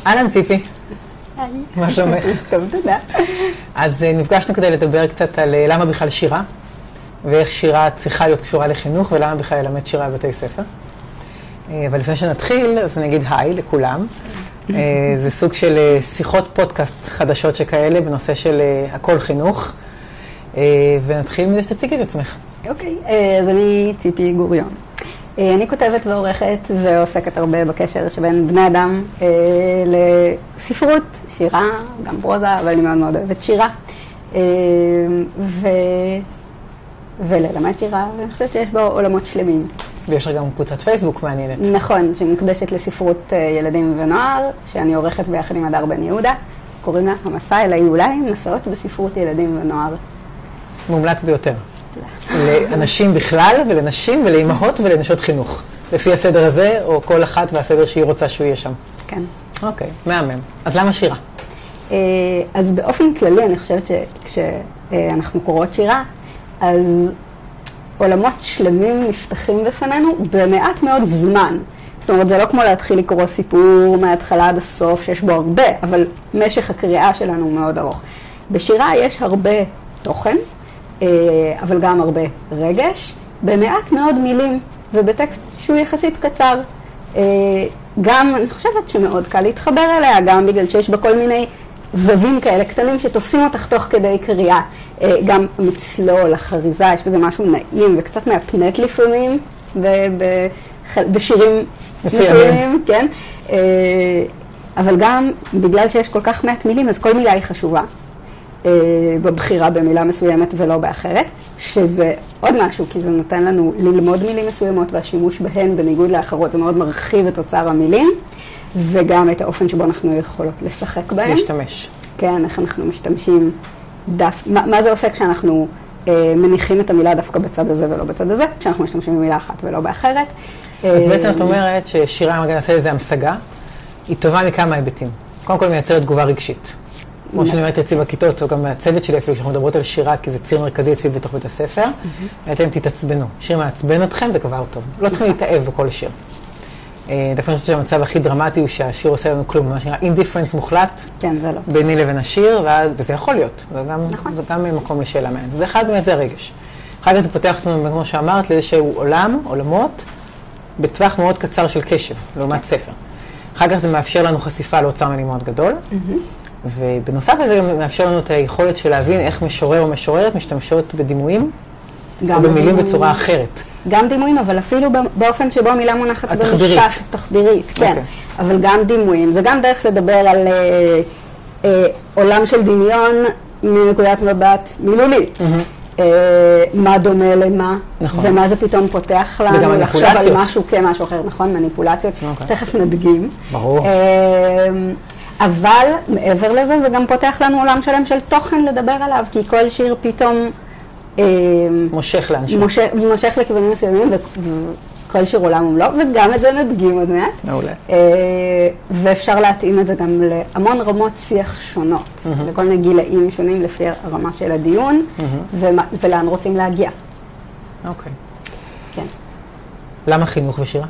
אהלן ציפי. היי. מה שלומך? טוב, תודה. אז נפגשנו כדי לדבר קצת על למה בכלל שירה, ואיך שירה צריכה להיות קשורה לחינוך, ולמה בכלל ללמד שירה בבתי ספר. אבל לפני שנתחיל, אז אני אגיד היי לכולם. זה סוג של שיחות פודקאסט חדשות שכאלה, בנושא של הכל חינוך. ונתחיל מזה שתציגי את עצמך. אוקיי, אז אני ציפי גוריון. אני כותבת ועורכת ועוסקת הרבה בקשר שבין בני אדם לספרות, שירה, גם פרוזה, אבל אני מאוד מאוד אוהבת שירה. וללמד שירה, ואני חושבת שיש בו עולמות שלמים. ויש גם קבוצת פייסבוק מעניינת. נכון, שמוקדשת לספרות ילדים ונוער, שאני עורכת ביחד עם הדר בן יהודה. קוראים לה המסע אל היוליים, מסעות בספרות ילדים ונוער. מומלץ ביותר. לאנשים בכלל, ולנשים, ולאימהות, ולנשות חינוך. לפי הסדר הזה, או כל אחת והסדר שהיא רוצה שהוא יהיה שם. כן. אוקיי, מהמם. אז למה שירה? אז באופן כללי, אני חושבת שכשאנחנו קוראות שירה, אז עולמות שלמים נפתחים בפנינו במעט מאוד זמן. זאת אומרת, זה לא כמו להתחיל לקרוא סיפור מההתחלה עד הסוף, שיש בו הרבה, אבל משך הקריאה שלנו הוא מאוד ארוך. בשירה יש הרבה תוכן, אבל גם הרבה רגש, במעט מאוד מילים, ובטקסט שהוא יחסית קצר. גם, אני חושבת שמאוד קל להתחבר אליה, גם בגלל שיש בה כל מיני ווים כאלה קטנים שתופסים אותך תוך כדי קריאה. גם מצלול, החריזה, יש בזה משהו נעים וקצת מהפנט לפעמים, בשירים מסוימים, כן? אבל גם בגלל שיש כל כך מעט מילים, אז כל מילה היא חשובה. בבחירה במילה מסוימת ולא באחרת, שזה עוד משהו, כי זה נותן לנו ללמוד מילים מסוימות והשימוש בהן בניגוד לאחרות, זה מאוד מרחיב את אוצר המילים, וגם את האופן שבו אנחנו יכולות לשחק בהן. להשתמש. כן, איך אנחנו משתמשים מה זה עושה כשאנחנו מניחים את המילה דווקא בצד הזה ולא בצד הזה, כשאנחנו משתמשים במילה אחת ולא באחרת. אז בעצם את אומרת ששירה, אם נעשה איזה המשגה, היא טובה מכמה היבטים. קודם כל מייצרת תגובה רגשית. כמו שאני אומרת אצלי בכיתות, או גם מהצוות שלי אפילו, כשאנחנו מדברות על שירה, כי זה ציר מרכזי אצלי בתוך בית הספר, ואתם תתעצבנו. שיר מעצבן אתכם, זה כבר טוב. לא צריכים להתאהב בכל שיר. דווקא אני חושבת שהמצב הכי דרמטי הוא שהשיר עושה לנו כלום, מה שנראה אינדיפרנס מוחלט, כן, זה לא. ביני לבין השיר, וזה יכול להיות. זה גם מקום לשאלה מעין. זה אחד באמת זה הרגש. אחר כך זה פותח אותנו, כמו שאמרת, לאיזשהו עולמות, בטווח מאוד קצר של קשב, לעומת ספר. אחר כך זה מאפשר לנו חשיפה לאוצר מילים מאוד גדול, ובנוסף לזה גם מאפשר לנו את היכולת של להבין איך משורר או משוררת משתמשות בדימויים, או במילים בצורה אחרת. גם דימויים, אבל אפילו באופן שבו המילה מונחת במשפט. תחבירית, כן. אבל גם דימויים. זה גם דרך לדבר על עולם של דמיון מנקודת מבט מילולית. מה דומה למה, ומה זה פתאום פותח לנו, לחשוב על משהו כמשהו אחר, נכון? מניפולציות. תכף נדגים. ברור. אבל מעבר לזה, זה גם פותח לנו עולם שלם של תוכן לדבר עליו, כי כל שיר פתאום מושך לאנשהו. מושך לכיוונים מסוימים, וכל שיר עולם ומלוא, וגם את זה נדגים עוד מעט. מעולה. ואפשר להתאים את זה גם להמון רמות שיח שונות, לכל מיני גילאים שונים לפי הרמה של הדיון, ולאן רוצים להגיע. אוקיי. כן. למה חינוך ושירה?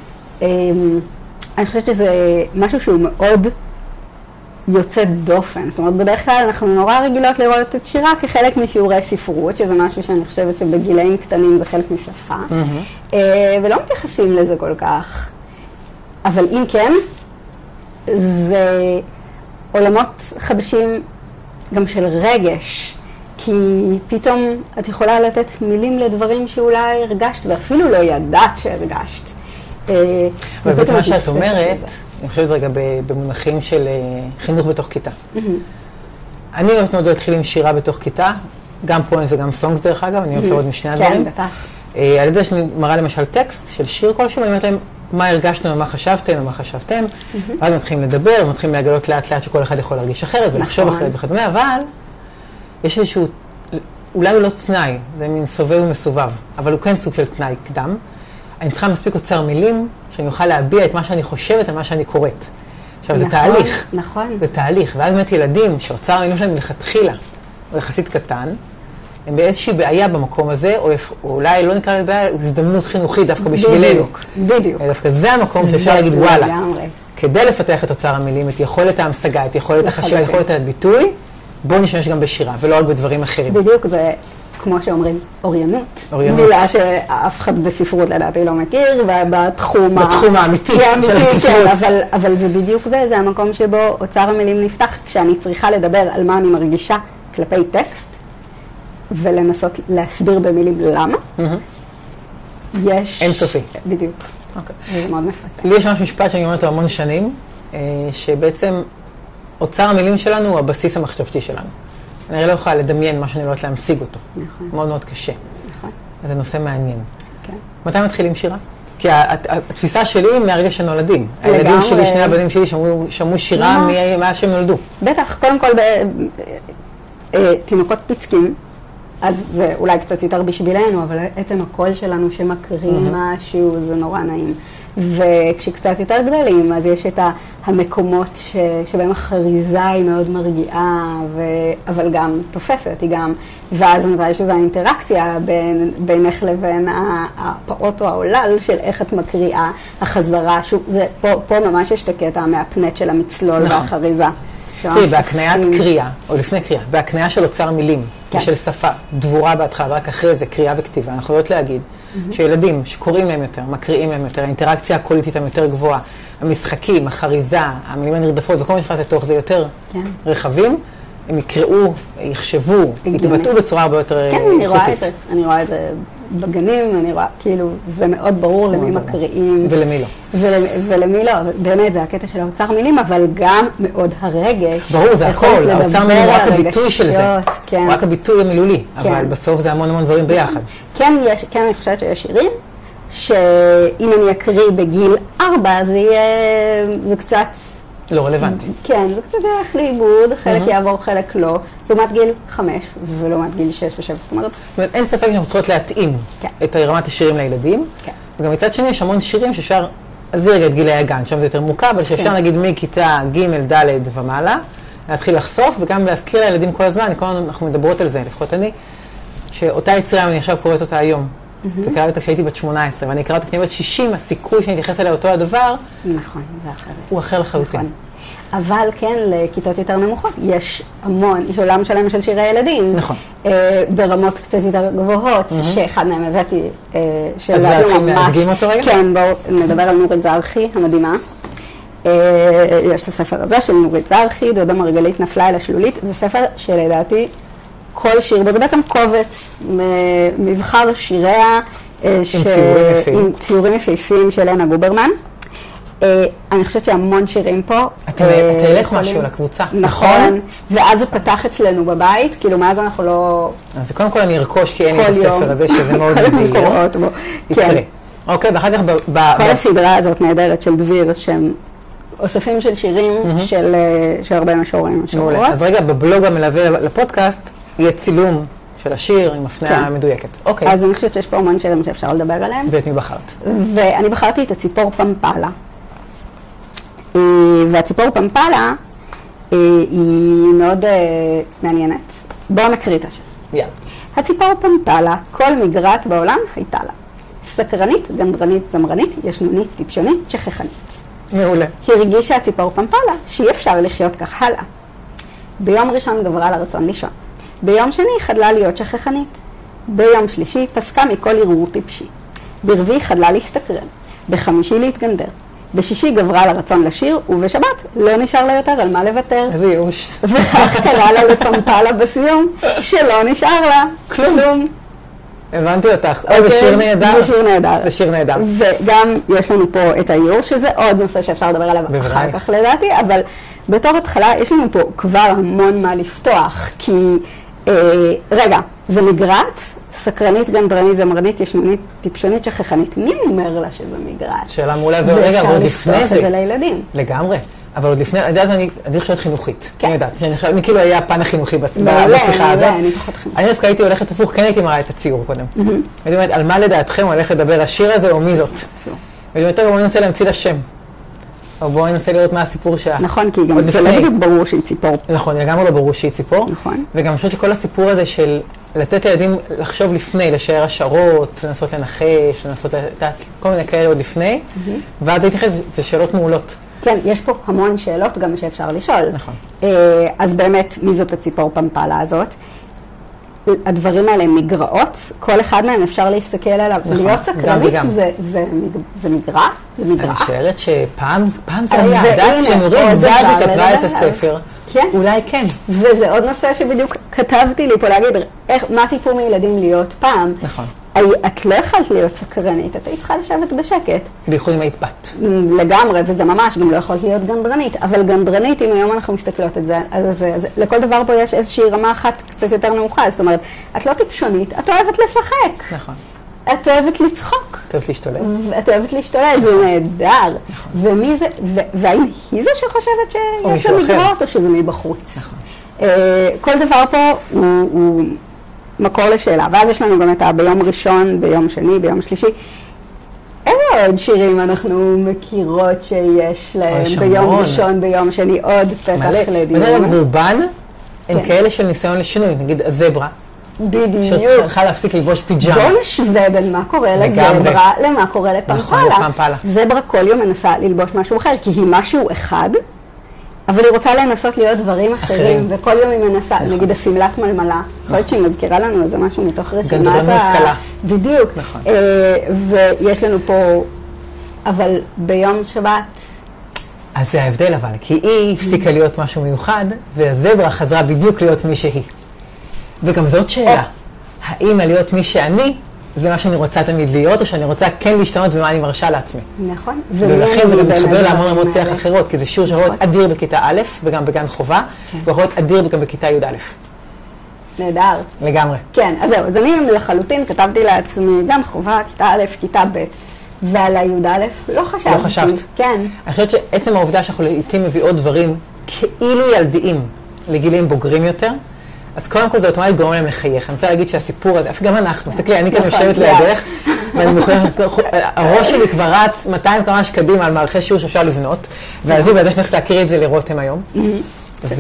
אני חושבת שזה משהו שהוא מאוד יוצא דופן. זאת אומרת, בדרך כלל אנחנו נורא רגילות לראות את שירה כחלק משיעורי ספרות, שזה משהו שאני חושבת שבגילאים קטנים זה חלק משפה, ולא מתייחסים לזה כל כך. אבל אם כן, זה עולמות חדשים גם של רגש, כי פתאום את יכולה לתת מילים לדברים שאולי הרגשת, ואפילו לא ידעת שהרגשת. אבל במה שאת אומרת, אני חושבת רגע במונחים של חינוך בתוך כיתה. אני אוהבת מאוד להתחיל עם שירה בתוך כיתה, גם פואמס וגם סונגס דרך אגב, אני אוהבת לראות משני הדברים. כן, בטח. על ידי שאני מראה למשל טקסט של שיר כלשהו, ואני אומרת להם מה הרגשנו ומה חשבתם ומה חשבתם, ואז מתחילים לדבר, מתחילים להגלות לאט לאט שכל אחד יכול להרגיש אחרת ולחשוב אחרת וכדומה, אבל יש איזשהו, אולי הוא לא תנאי, זה מין סובב ומסובב, אבל הוא כן סוג של תנאי קדם. אני צריכה מספיק אוצר מילים, שאני אוכל להביע את מה שאני חושבת על מה שאני קוראת. עכשיו, זה תהליך. נכון. זה תהליך. ואז באמת ילדים שאוצר המילים שלהם מלכתחילה, הוא יחסית קטן, הם באיזושהי בעיה במקום הזה, או אולי לא נקרא לזה בעיה, הזדמנות חינוכית דווקא בשבילנו. בדיוק. דווקא זה המקום שאפשר להגיד וואלה. כדי לפתח את אוצר המילים, את יכולת ההמשגה, את יכולת החשיבה, את יכולת הביטוי, בואו נשתמש גם בשירה, ולא רק בדברים אחרים. בדיוק, זה כמו שאומרים, אוריינות. אוריינות. מילה שאף אחד בספרות לדעתי לא מכיר, ובתחום האמיתי של הספרות. כן, אבל זה בדיוק זה, זה המקום שבו אוצר המילים נפתח, כשאני צריכה לדבר על מה אני מרגישה כלפי טקסט, ולנסות להסביר במילים למה. יש... אינסופי. בדיוק. אוקיי. זה מאוד מפתה. לי יש ממש משפט שאני אומר אותו המון שנים, שבעצם אוצר המילים שלנו הוא הבסיס המחשבתי שלנו. אני לא יכולה לדמיין מה שאני לא יודעת להמשיג אותו. נכון. מאוד מאוד קשה. נכון. זה נושא מעניין. כן. מתי מתחילים שירה? כי התפיסה שלי היא מהרגע שנולדים. הילדים שלי, שני הבנים שלי, שמעו שירה מאז שהם נולדו. בטח, קודם כל תינוקות פצקים, אז זה אולי קצת יותר בשבילנו, אבל עצם הקול שלנו שמקרים משהו, זה נורא נעים. וכשקצת יותר גדלים, אז יש את המקומות שבהם החריזה היא מאוד מרגיעה, אבל גם תופסת, היא גם, ואז נראה שזו האינטראקציה בינך לבין הפעות או העולל של איך את מקריאה, החזרה, פה ממש יש את הקטע מהפנט של המצלול והחריזה. תראי, בהקניית קריאה, או לפני קריאה, בהקניה של אוצר מילים, ושל שפה, דבורה בהתחלה, ורק אחרי זה קריאה וכתיבה, אנחנו יודעות להגיד שילדים שקוראים להם יותר, מקריאים להם יותר, האינטראקציה הקולית איתם יותר גבוהה, המשחקים, החריזה, המילים הנרדפות, וכל מה שנכנס לתוך זה יותר רחבים, הם יקראו, יחשבו, יתבטאו בצורה הרבה יותר איכותית. כן, אני רואה את זה בגנים, אני רואה, כאילו, זה מאוד ברור למי מקריאים. ולמי לא. ולמי לא, באמת, זה הקטע של האוצר מילים, אבל גם מאוד הרגש. ברור, זה הכל, האוצר מילים הוא רק הביטוי של זה. רק הביטוי המילולי, אבל בסוף זה המון המון דברים ביחד. כן, אני חושבת שיש שירים, שאם אני אקריא בגיל 4, זה קצת... לא רלוונטי. כן, זה קצת ילך לאיבוד, חלק יעבור, חלק לא, לעומת גיל 5 ולעומת גיל 6 ו-7, זאת אומרת... אין ספק שאנחנו צריכות להתאים את רמת השירים לילדים, וגם מצד שני יש המון שירים שאפשר, עזבי רגע את גילי הגן, שם זה יותר מורכב, אבל שאפשר נגיד מכיתה ג' ד' ומעלה, להתחיל לחשוף וגם להזכיר לילדים כל הזמן, אנחנו מדברות על זה, לפחות אני, שאותה יצירה, אני עכשיו קוראת אותה היום, וקראתי אותה כשהייתי בת 18, ואני אקרא אותה כשהייתי בת 60, הסיכוי שאני אתייחס אליה אותו הדבר, נכון, זה אחרת. הוא אחר לחלוטין. נכון. אבל כן, לכיתות יותר נמוכות, יש המון, יש עולם שלם של שירי ילדים. נכון. ברמות קצת יותר גבוהות, שאחד מהם הבאתי, אז להתחיל להדגים אותו רגע? כן, בואו נדבר על נורית זרחי, המדהימה. יש את הספר הזה של נורית זרחי, דודה מרגלית נפלה אל השלולית, זה ספר שלדעתי כל שיר בו, זה בעצם קובץ מבחר שיריה, עם ציורים יפהפיים של לנה גוברמן. אני חושבת שהמון שירים פה. אתה העלית משהו לקבוצה, נכון? ואז זה פתח אצלנו בבית, כאילו מאז אנחנו לא... אז קודם כל אני ארכוש כי אין לי את הספר הזה, שזה מאוד מדהים. יקרה. אוקיי, ואחר כך... כל הסדרה הזאת נהדרת של דביר, שהם אוספים של שירים של הרבה משוררים. מעולה. אז רגע, בבלוג המלווה לפודקאסט, יהיה צילום של השיר עם הפניה מדויקת. אוקיי. אז אני חושבת שיש פה המון שירים שאפשר לדבר עליהם. ואת מי בחרת? ואני בחרתי את הציפור פמפלה. והציפור פמפלה היא מאוד מעניינת. בואו נקריא את השיר. יאללה. הציפור פמפלה, כל מגרת בעולם הייתה לה. סקרנית, גמרנית, זמרנית, ישנונית, טיפשונית, שכחנית. מעולה. הרגישה הציפור פמפלה שאי אפשר לחיות כך הלאה. ביום ראשון גברה לרצון לישון. ביום שני חדלה להיות שכחנית. ביום שלישי פסקה מכל ערעור טיפשי. ברביעי חדלה להסתקרן. בחמישי להתגנדר. בשישי גברה לרצון לשיר, ובשבת לא נשאר לה יותר על מה לוותר. איזה ייאוש. וכך קרה לה לפמפלה בסיום, שלא נשאר לה כלום. הבנתי אותך. זה שיר נהדר. זה שיר נהדר. זה שיר נהדר. וגם יש לנו פה את האיור, שזה עוד נושא שאפשר לדבר עליו אחר כך לדעתי, אבל בתור התחלה יש לנו פה כבר המון מה לפתוח, כי רגע, זה מגרת, סקרנית, גנדרנית, זמרנית, ישנונית, טיפשונית, שכחנית. מי אומר לה שזה מגרת? שאלה מעולה, ורגע, אבל עוד לפני זה. זה לילדים. לגמרי. אבל עוד לפני, אני יודעת, אני חושבת חינוכית. אני יודעת, אני כאילו היה הפן החינוכי בשיחה הזאת. אני פחות חינוכית. אני דווקא הייתי הולכת הפוך, כן הייתי מראה את הציור קודם. הייתי אומרת, על מה לדעתכם הולך לדבר השיר הזה או מי זאת? והייתי אומרת, בואו ננסה להמציא לה שם. או בואו ננסה לראות מה הסיפור שלה. נכון, כי גם זה לא בדיוק ברור שהיא ציפור. נכון, לגמרי לא ברור שהיא ציפור. נכון. וגם אני חושבת שכל הסיפור הזה של לתת לילדים לחשוב לפני, לשער השערות, לנסות לנחש, לנסות כל מיני כאלה עוד לפני, ואז הייתי חושבת, זה שאלות מעולות. כן, יש פה המון שאלות גם שאפשר לשאול. נכון. אז באמת, מי זאת הציפור פמפלה הזאת? הדברים האלה הם מגרעות, כל אחד מהם אפשר להסתכל עליו. נכון, להיות סקרנית זה מגרע? זה מגרע? אני שואלת שפעם זה המדעת שנורית זאבי כתבה את הספר. כן. אולי כן. וזה עוד נושא שבדיוק כתבתי לי פה להגיד, מה ציפו מילדים להיות פעם? נכון. את לא יכולת להיות סקרנית, את היית צריכה לשבת בשקט. בייחוד אם היית בת. לגמרי, וזה ממש, גם לא יכולת להיות גנדרנית. אבל גנדרנית, אם היום אנחנו מסתכלות את זה, אז לכל דבר פה יש איזושהי רמה אחת קצת יותר נמוכה. זאת אומרת, את לא טיפשונית, את אוהבת לשחק. נכון. את אוהבת לצחוק. את אוהבת להשתולל. את אוהבת להשתולל, זה נהדר. ומי זה, והאם היא זו שחושבת שיש לה מגרעות, או שזה מבחוץ. נכון. כל דבר פה הוא מקור לשאלה. ואז יש לנו גם את ביום ראשון, ביום שני, ביום שלישי. איזה עוד שירים אנחנו מכירות שיש להם ביום ראשון, ביום שני, עוד פתח לדיון? רובן הם כאלה של ניסיון לשינוי, נגיד הזברה. בדיוק. שצריכה להפסיק ללבוש פיג'מה. בואו נשווה בין מה קורה לזברה למה קורה לפמפלה. נכון, לפמפלה. זברה כל יום מנסה ללבוש משהו אחר, כי היא משהו אחד, אבל היא רוצה לנסות להיות דברים אחרים, וכל יום היא מנסה, נגיד הסמלת מלמלה, יכול להיות שהיא מזכירה לנו איזה משהו מתוך רשימת גנדרנות קלה. בדיוק. נכון. ויש לנו פה, אבל ביום שבת... אז זה ההבדל אבל, כי היא הפסיקה להיות משהו מיוחד, והזברה חזרה בדיוק להיות מי שהיא. וגם זאת שאלה, האם להיות מי שאני, זה מה שאני רוצה תמיד להיות, או שאני רוצה כן להשתנות ומה אני מרשה לעצמי. נכון. ולכן זה גם מתחבר להמון רמות שיח אחרות, כי זה שיעור שיכול להיות אדיר בכיתה א' וגם בגן חובה, ויכול להיות אדיר גם בכיתה י' א'. נהדר. לגמרי. כן, אז זהו, אז אני לחלוטין כתבתי לעצמי גן חובה, כיתה א', כיתה ב', ועל הי' א', לא חשבתי. לא חשבת? כן. אני חושבת שעצם העובדה שאנחנו לעיתים מביאות דברים כאילו ילדיים לגילים בוגרים יותר, אז קודם כל זה אוטומטית גורם להם לחייך. אני רוצה להגיד שהסיפור הזה, גם אנחנו, תסתכלי, אני כאן יושבת לידך, הראש שלי כבר רץ 200 קמ"ש קדימה על מערכי שיעור שאפשר לבנות, ועל זה שאני הולכת להכיר את זה לרותם היום. ואז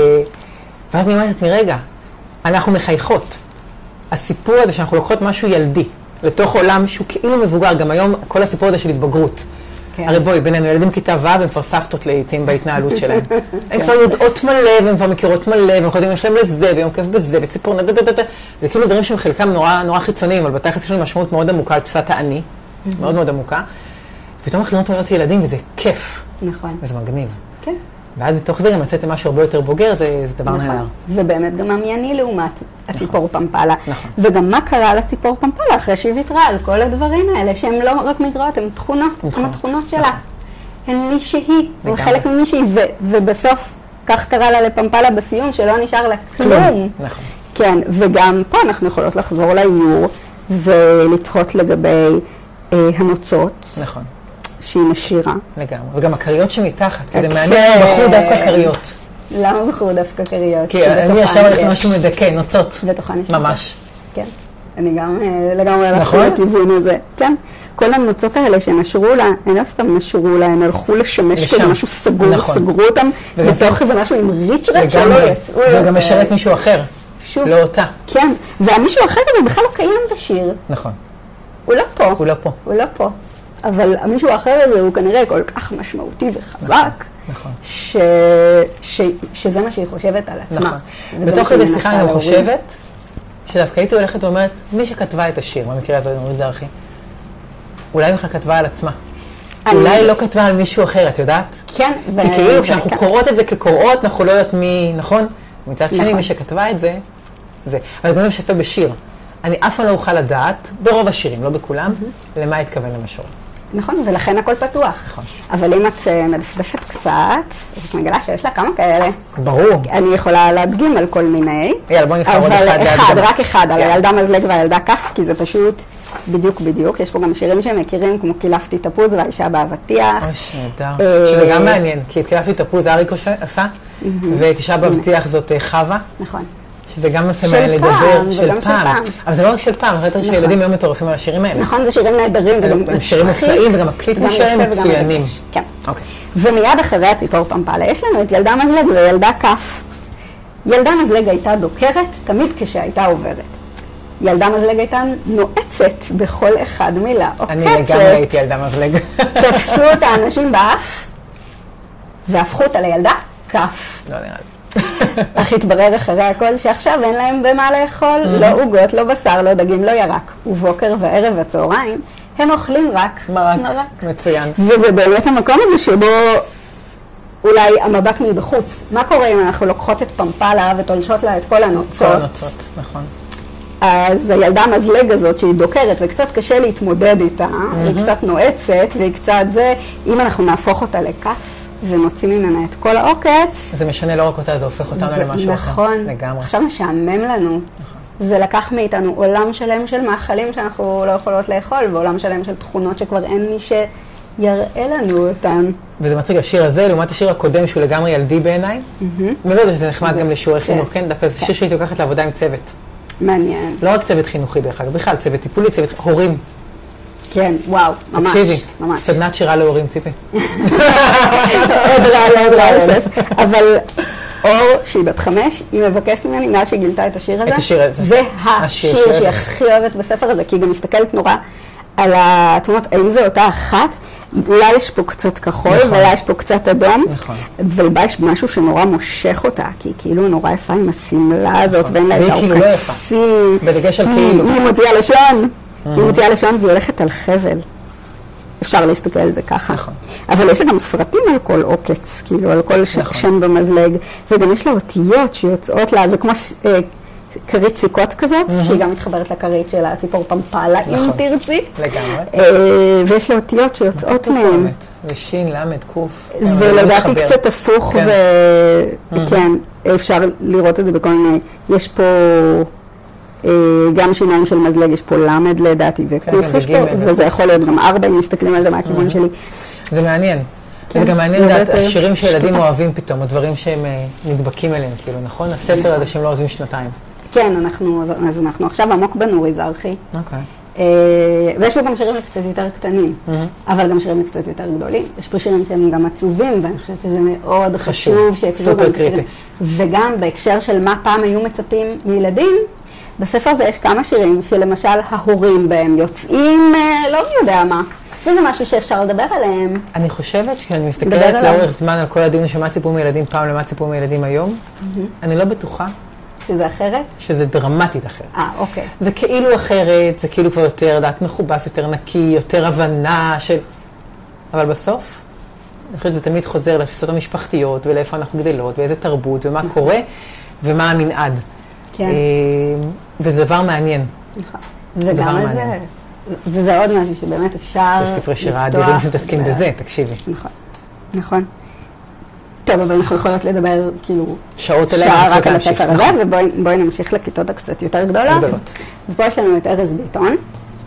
אני אומרת, מרגע, אנחנו מחייכות. הסיפור הזה שאנחנו לוקחות משהו ילדי, לתוך עולם שהוא כאילו מבוגר, גם היום כל הסיפור הזה של התבגרות. הרי בואי, בינינו ילדים כיתה ו' הם כבר סבתות לעיתים בהתנהלות שלהם. הם כבר יודעות מלא, והם כבר מכירות מלא, והם יכולים לשלם לזה, ויום כיף בזה, וציפור נדדדדד. זה כאילו דברים שהם חלקם נורא חיצוניים, אבל בתכלס יש לנו משמעות מאוד עמוקה על תפיסת האני, מאוד מאוד עמוקה. ופתאום מחזירות להיות ילדים, וזה כיף. נכון. וזה מגניב. כן. ואז בתוך זה גם לצאת למשהו הרבה יותר בוגר, זה דבר נהדר. ובאמת גם המייני לעומת הציפור פמפלה. נכון. וגם מה קרה לציפור פמפלה אחרי שהיא ויתרה על כל הדברים האלה, שהן לא רק מגרעות, הן תכונות, הן התכונות שלה. הן מי שהיא, הן חלק ממי שהיא, ובסוף כך קרה לה לפמפלה בסיום, שלא נשאר לה כלום. נכון. כן, וגם פה אנחנו יכולות לחזור לאיור, ולתהות לגבי הנוצות. נכון. שהיא נשירה. לגמרי. וגם הקריות שמתחת, כי זה מעניין, בחרו דווקא קריות. למה בחרו דווקא קריות? כי אני ישר הולכת משהו מדכא, נוצות. בתוכן יש ממש. כן. אני גם לגמרי הלכתי לכיוון הזה. כן. כל הנוצות האלה שנשרו לה, הם לא סתם נשרו לה, הם הלכו לשמש כזה משהו סגור, סגרו אותם בתוך איזה משהו עם ריצ'רט שלא יצאו. וגם משרת מישהו אחר, לא אותה. כן. והמישהו אחר הזה בכלל לא קיים בשיר. נכון. הוא לא פה. הוא לא פה. הוא לא פה. אבל המישהו האחר הזה הוא כנראה כל כך משמעותי וחזק, נכון. שזה מה שהיא חושבת על עצמה. נכון. בתוך כדי שיחה אני גם חושבת, שדווקא הייתי הולכת ואומרת, מי שכתבה את השיר, במקרה הזה, נורית דרכי, אולי בכלל כתבה על עצמה. אולי לא כתבה על מישהו אחר, את יודעת? כן. כי כאילו כשאנחנו קוראות את זה כקוראות, אנחנו לא יודעת מי, נכון? מצד שני, מי שכתבה את זה, זה. אבל זה גם שפה בשיר. אני אף פעם לא אוכל לדעת, ברוב השירים, לא בכולם, למה התכוון למשור. נכון, ולכן הכל פתוח. נכון. אבל אם את מדפדפת קצת, אז את מגלה שיש לה כמה כאלה. ברור. אני יכולה להדגים על כל מיני. יאללה, בוא נבחר עוד אחד. אבל אחד, רק אחד, על הילדה מזלג והילדה כף, כי זה פשוט בדיוק. יש פה גם שירים שהם מכירים, כמו קילפתי תפוז והאישה באבטיח. אוי, נהדר. שזה גם מעניין, כי את קילפתי תפוז אריקו עשה, ואת אישה באבטיח זאת חווה. נכון. שזה גם נושא מעניין לדבר, של פעם. אבל זה לא רק של פעם, אני חושבת שילדים היום מטורפים על השירים האלה. נכון, זה שירים נהדרים. הם שירים מופלאים, וגם הקליפים שלהם מצוינים. כן. ומיד אחרי הציפור פמפלה, יש לנו את ילדה מזלג וילדה כף. ילדה מזלג הייתה דוקרת תמיד כשהייתה עוברת. ילדה מזלג הייתה נועצת בכל אחד מילה. אני לגמרי הייתי ילדה מזלג. תפסו את האנשים באף, והפכו אותה לילדה כף. לא נראה לי. אך התברר אחרי הכל שעכשיו אין להם במה לאכול, לא עוגות, לא בשר, לא דגים, לא ירק. ובוקר וערב הצהריים הם אוכלים רק מרק. מצוין. וזה באמת המקום הזה שבו אולי המבט מבחוץ. מה קורה אם אנחנו לוקחות את פמפלה ותולשות לה את כל הנוצות? כל הנוצות, נכון. אז הילדה המזלג הזאת שהיא דוקרת וקצת קשה להתמודד איתה, היא קצת נועצת והיא קצת זה, אם אנחנו נהפוך אותה לכף ונוציא ממנה את כל העוקץ. זה משנה לא רק אותה, זה הופך אותנו למשהו אחר. נכון. לגמרי. עכשיו משעמם לנו. נכון. זה לקח מאיתנו עולם שלם של מאכלים שאנחנו לא יכולות לאכול, ועולם שלם של תכונות שכבר אין מי שיראה לנו אותן. וזה מצחיק, השיר הזה, לעומת השיר הקודם שהוא לגמרי ילדי בעיניי, מעבר לזה נחמד גם לשיעורי חינוך, כן? דווקא זה שיר שהייתי לוקחת לעבודה עם צוות. מעניין. לא רק צוות חינוכי דרך אגב, בכלל צוות טיפולי, צוות הורים. כן, וואו, ממש. תקשיבי, ממש. סדנת שירה להורים, ציפי. עוד רע, יוסף. אבל אור, שהיא בת 5, היא מבקשת ממני, מאז שהיא גילתה את השיר הזה, את השיר הזה. זה השיר שהיא הכי אוהבת בספר הזה, כי היא גם מסתכלת נורא על התמונות, האם זה אותה אחת? אולי יש פה קצת כחול, ואולי יש פה קצת אדום, אבל יש משהו שנורא מושך אותה, כי היא כאילו נורא יפה עם השמלה הזאת, ואין לה את והיא כאילו לא יפה, בדגש על כאילו. היא מוציאה לשון, היא מוציאה לשון והיא הולכת על חבל. אפשר להסתכל על זה ככה. נכון. אבל יש לה גם סרטים על כל עוקץ, כאילו על כל שם במזלג, וגם יש לה אותיות שיוצאות לה, זה כמו כרית סיכות כזאת, שהיא גם מתחברת לכרית של הציפור פמפלה, אם תרצי. לגמרי. ויש לה אותיות שיוצאות מהם. ושין, למד, קוף. זה לדעתי קצת הפוך, וכן, אפשר לראות את זה בכל מיני, יש פה גם שיניים של מזלג, יש פה למד לדעתי וקוף, וזה יכול להיות גם 4 אם מסתכלים על זה מהכיוון שלי. זה מעניין. זה גם מעניין לדעת, השירים שילדים אוהבים פתאום, או דברים שהם נדבקים אליהם, כאילו, נכון? הספר הזה שהם לא עוזבים שנתיים. כן, אז אנחנו עכשיו עמוק בנורי זרחי. אוקיי. ויש פה גם שירים קצת יותר קטנים, אבל גם שירים קצת יותר גדולים. יש פה שירים שהם גם עצובים, ואני חושבת שזה מאוד חשוב שיצאו גם שירים. וגם בהקשר של מה פעם היו מצפים מילדים, בספר הזה יש כמה שירים שלמשל ההורים בהם יוצאים, לא מי יודע מה. וזה משהו שאפשר לדבר עליהם. אני חושבת שכשאני מסתכלת לאורך זמן על כל הדיון שמה ציפו מילדים פעם למה ציפו מילדים היום, אני לא בטוחה. שזה אחרת? שזה דרמטית אחרת. אוקיי. זה כאילו אחרת, זה כאילו כבר יותר דעת מכובס, יותר נקי, יותר הבנה של... אבל בסוף, אני חושבת שזה תמיד חוזר לתפיסות המשפחתיות ולאיפה אנחנו גדלות ואיזה תרבות ומה קורה ומה המנעד. כן. וזה דבר מעניין. נכון. וגם על זה, וזה עוד משהו שבאמת אפשר... בספרי שירה אדירים שמתעסקים בזה, תקשיבי. נכון, נכון. טוב, אבל אנחנו יכולות לדבר כאילו... שעות עליהם, שעה רק על הספר הזה, ובואי נמשיך לכיתות הקצת יותר גדולות. ופה יש לנו את ארז ביטון.